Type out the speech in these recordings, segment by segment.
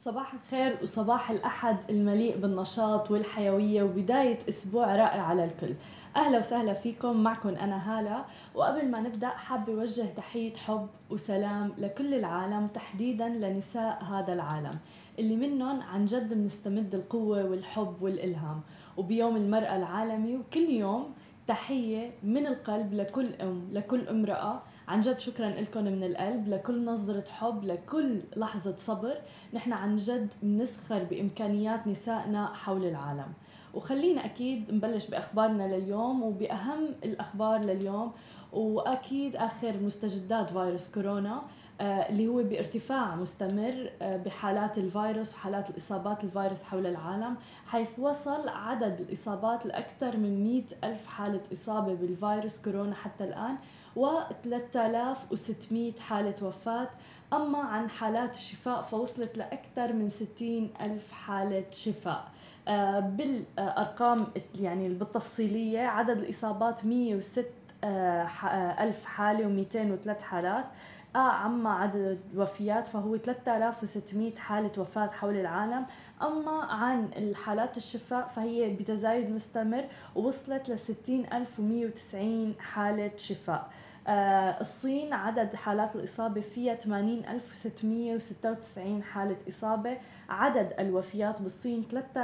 صباح الخير وصباح الأحد المليء بالنشاط والحيوية وبداية أسبوع رائع على الكل. أهلا وسهلا فيكم، معكم أنا هالة. وقبل ما نبدأ حابة أوجه تحية حب وسلام لكل العالم، تحديدا لنساء هذا العالم اللي منهم عن جد بنستمد القوة والحب والإلهام. وبيوم المرأة العالمي وكل يوم تحية من القلب لكل لكل امرأة. عن جد شكرا لكم من القلب، لكل نظرة حب، لكل لحظة صبر. نحن عن جد بنسخر بإمكانيات نسائنا حول العالم. وخلينا أكيد نبلش بأخبارنا لليوم وبأهم الأخبار لليوم. وأكيد آخر مستجدات فيروس كورونا، اللي هو بارتفاع مستمر بحالات الفيروس وحالات الإصابات الفيروس حول العالم، حيث وصل عدد الإصابات لأكثر من 100 ألف حالة إصابة بالفيروس كورونا حتى الآن، و3600 حالة وفاة. أما عن حالات الشفاء فوصلت لأكثر من 60 ألف حالة شفاء. بالأرقام يعني بالتفصيلية، عدد الإصابات 106 ألف حالة و203 حالات. أما عدد الوفيات فهو 3600 حالة وفاة حول العالم. أما عن الحالات الشفاء فهي بتزايد مستمر ووصلت ل 60190 حالة شفاء. الصين عدد حالات الإصابة فيها 80696 حالة إصابة. عدد الوفيات بالصين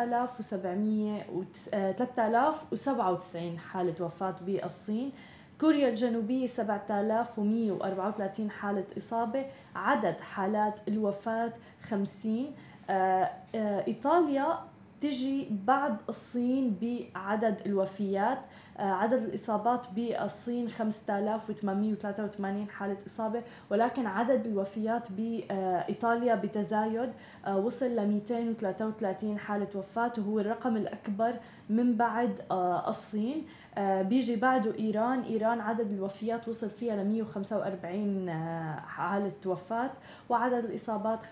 3097 حالة وفاة بالصين. كوريا الجنوبية 7134 حالة إصابة. عدد حالات الوفاة 50. إيطاليا تجي بعد الصين بعدد الوفيات. عدد الإصابات بالصين 5883 حالة إصابة، ولكن عدد الوفيات بإيطاليا بتزايد وصل ل 233 حالة وفاة، وهو الرقم الأكبر من بعد الصين. بيجي بعده إيران عدد الوفيات وصل فيها ل 145 حالة وفاة، وعدد الإصابات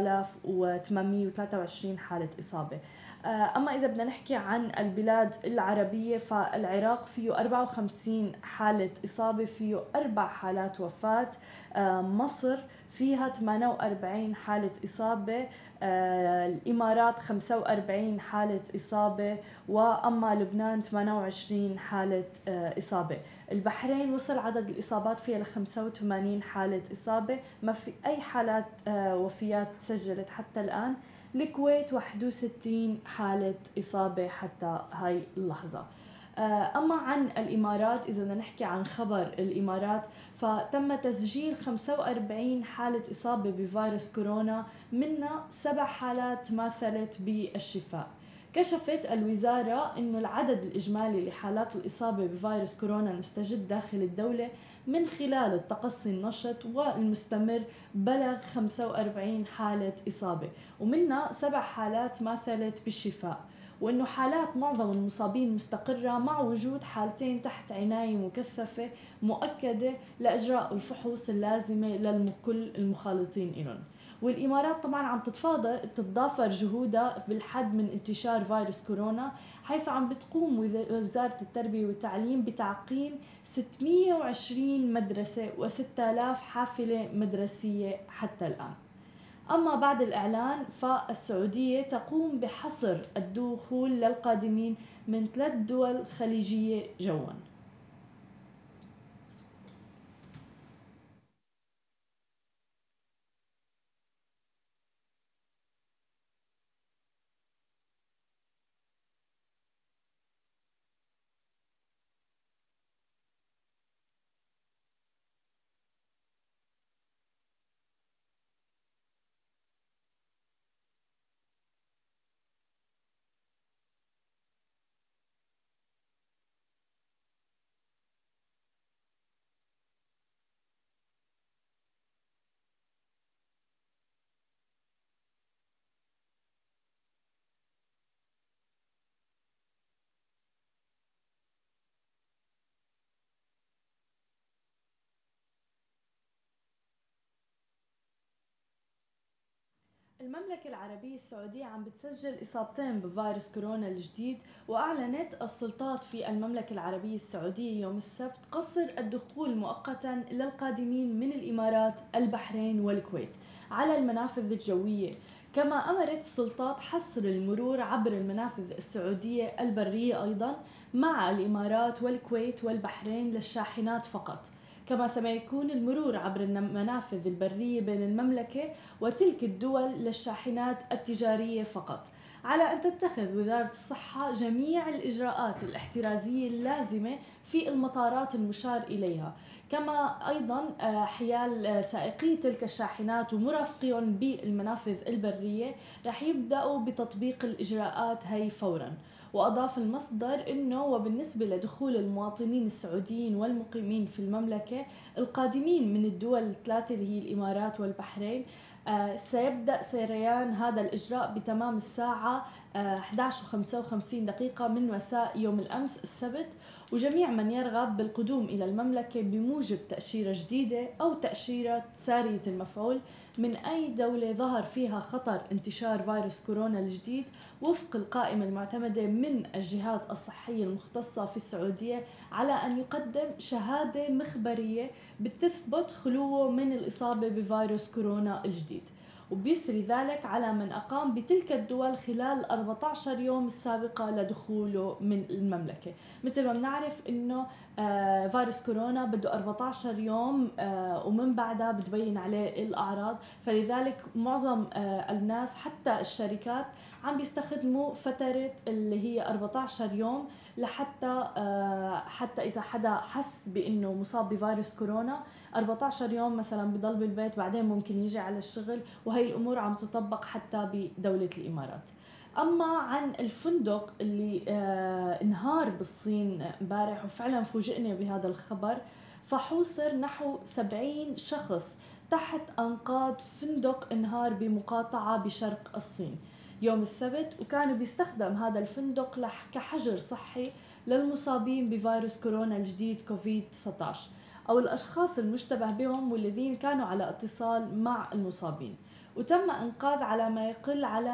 5823 حالة إصابة. أما إذا بدنا نحكي عن البلاد العربية، فالعراق فيه 54 حالة إصابة، فيه 4 حالات وفاة. مصر فيها 48 حالة إصابة. الإمارات 45 حالة إصابة. وأما لبنان 28 حالة إصابة. البحرين وصل عدد الإصابات فيها ل 85 حالة إصابة، ما في أي حالات وفيات سجلت حتى الآن. الكويت 61 حالة إصابة حتى هاي اللحظة. أما عن الإمارات، إذا بدنا نحكي عن خبر الإمارات، فتم تسجيل 45 حالة إصابة بفيروس كورونا، منها 7 حالات ماثلت بالشفاء. كشفت الوزارة أنه العدد الإجمالي لحالات الإصابة بفيروس كورونا المستجد داخل الدولة من خلال التقصي النشط والمستمر بلغ 45 حالة إصابة، ومنها 7 حالات ماثلت بالشفاء. وأنه حالات معظم المصابين مستقرة، مع وجود حالتين تحت عناية مكثفة مؤكدة لإجراء الفحوص اللازمة لكل المخالطين إلهم. والإمارات طبعا عم تتضافر جهودها بالحد من انتشار فيروس كورونا، حيث عم بتقوم وزارة التربية والتعليم بتعقيم 620 مدرسة و6000 حافلة مدرسية حتى الآن. أما بعد الإعلان، فالسعودية تقوم بحصر الدخول للقادمين من 3 دول خليجية جواً. المملكة العربية السعودية عم بتسجل إصابتين بفيروس كورونا الجديد، وأعلنت السلطات في المملكة العربية السعودية يوم السبت قصر الدخول مؤقتا للقادمين من الإمارات، البحرين والكويت على المنافذ الجوية. كما أمرت السلطات حصر المرور عبر المنافذ السعودية البرية أيضا مع الإمارات والكويت والبحرين للشاحنات فقط. كما سيكون المرور عبر المنافذ البرية بين المملكة وتلك الدول للشاحنات التجارية فقط، على أن تتخذ وزارة الصحة جميع الإجراءات الاحترازية اللازمة في المطارات المشار إليها. كما أيضا حيال سائقي تلك الشاحنات ومرافقيهم بالمنافذ البرية رح يبدأوا بتطبيق الإجراءات هي فورا. وأضاف المصدر أنه وبالنسبة لدخول المواطنين السعوديين والمقيمين في المملكة القادمين من الدول الثلاثة اللي هي الإمارات والبحرين سيبدأ سريان هذا الإجراء بتمام الساعة 11:55 من مساء يوم الأمس السبت. وجميع من يرغب بالقدوم إلى المملكة بموجب تأشيرة جديدة أو تأشيرة سارية المفعول من أي دولة ظهر فيها خطر انتشار فيروس كورونا الجديد وفق القائمة المعتمدة من الجهات الصحية المختصة في السعودية على أن يقدم شهادة مخبرية بتثبت خلوه من الإصابة بفيروس كورونا الجديد، وبيسري ذلك على من أقام بتلك الدول خلال 14 يوم السابقة لدخوله من المملكة. مثل ما بنعرف إنه فيروس كورونا بده 14 يوم ومن بعدها بتبين عليه الأعراض، فلذلك معظم الناس حتى الشركات عم بيستخدموا فترة اللي هي 14 يوم لحتى حتى إذا حدا حس بإنه مصاب بفيروس كورونا 14 يوم مثلا بضل بالبيت، بعدين ممكن يجي على الشغل، وهي الأمور عم تطبق حتى بدولة الإمارات. أما عن الفندق اللي انهار بالصين امبارح وفعلا فوجئنا بهذا الخبر، فحوصر نحو 70 شخص تحت أنقاض فندق انهار بمقاطعة بشرق الصين يوم السبت، وكانوا بيستخدم هذا الفندق كحجر صحي للمصابين بفيروس كورونا الجديد كوفيد-19 أو الأشخاص المشتبه بهم والذين كانوا على اتصال مع المصابين. وتم إنقاذ على ما يقل على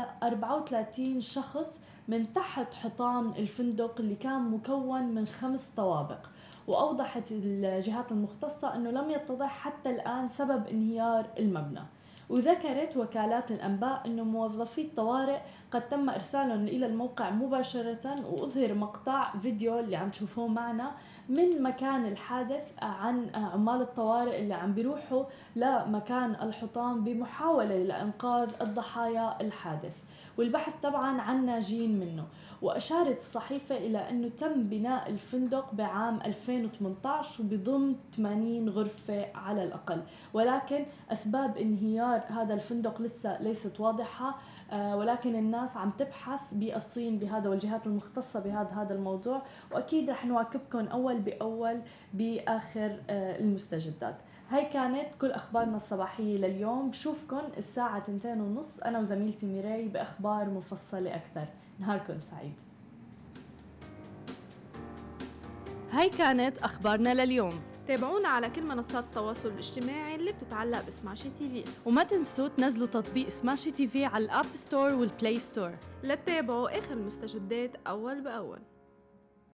34 شخص من تحت حطام الفندق اللي كان مكون من 5 طوابق. وأوضحت الجهات المختصة أنه لم يتضح حتى الآن سبب انهيار المبنى. وذكرت وكالات الأنباء أنه موظفي الطوارئ قد تم إرسالهم إلى الموقع مباشرة، وأظهر مقطع فيديو اللي عم تشوفوه معنا من مكان الحادث عن عمال الطوارئ اللي عم بيروحوا لمكان الحطام بمحاولة لإنقاذ الضحايا الحادث، والبحث طبعا عن ناجين منه. وأشارت الصحيفة إلى أنه تم بناء الفندق بعام 2018 وبضم 80 غرفة على الأقل، ولكن أسباب انهيار هذا الفندق لسه ليست واضحة، ولكن الناس عم تبحث بالصين بهذا والجهات المختصة بهذا الموضوع، وأكيد رح نواكبكم أول بأول بآخر المستجدات. هاي كانت كل أخبارنا الصباحية لليوم. بشوفكن الساعة 2:30 أنا وزميلتي ميراي بأخبار مفصلة أكثر. نهاركن سعيد. هاي كانت أخبارنا لليوم. تابعونا على كل منصات التواصل الاجتماعي اللي بتتعلق بسماشي تي في، وما تنسوا تنزلوا تطبيق سماشي تي في على الأب ستور والبلاي ستور لتتابعوا آخر المستجدات أول بأول.